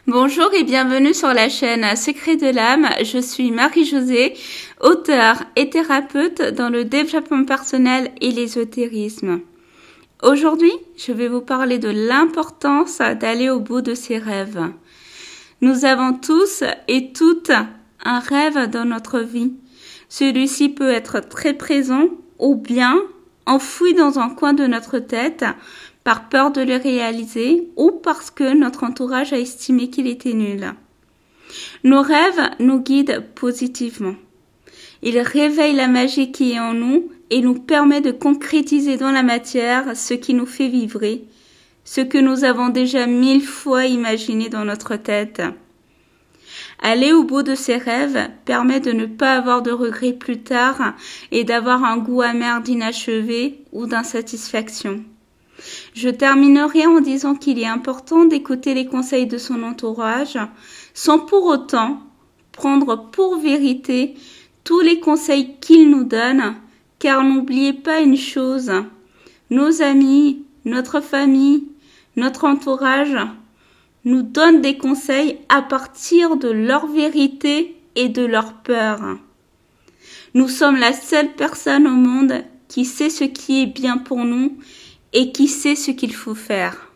Bonjour et bienvenue sur la chaîne Secrets de l'âme. Je suis Marie-Josée, auteure et thérapeute dans le développement personnel et l'ésotérisme. Aujourd'hui, je vais vous parler de l'importance d'aller au bout de ses rêves. Nous avons tous et toutes un rêve dans notre vie. Celui-ci peut être très présent ou bien enfoui dans un coin de notre tête par peur de le réaliser ou parce que notre entourage a estimé qu'il était nul. Nos rêves nous guident positivement. Ils réveillent la magie qui est en nous et nous permettent de concrétiser dans la matière ce qui nous fait vibrer, ce que nous avons déjà 1000 fois imaginé dans notre tête. Aller au bout de ses rêves permet de ne pas avoir de regrets plus tard et d'avoir un goût amer d'inachevé ou d'insatisfaction. Je terminerai en disant qu'il est important d'écouter les conseils de son entourage sans pour autant prendre pour vérité tous les conseils qu'il nous donne, car n'oubliez pas une chose, nos amis, notre famille, notre entourage nous donnent des conseils à partir de leur vérité et de leur peur. Nous sommes la seule personne au monde qui sait ce qui est bien pour nous et qui sait ce qu'il faut faire.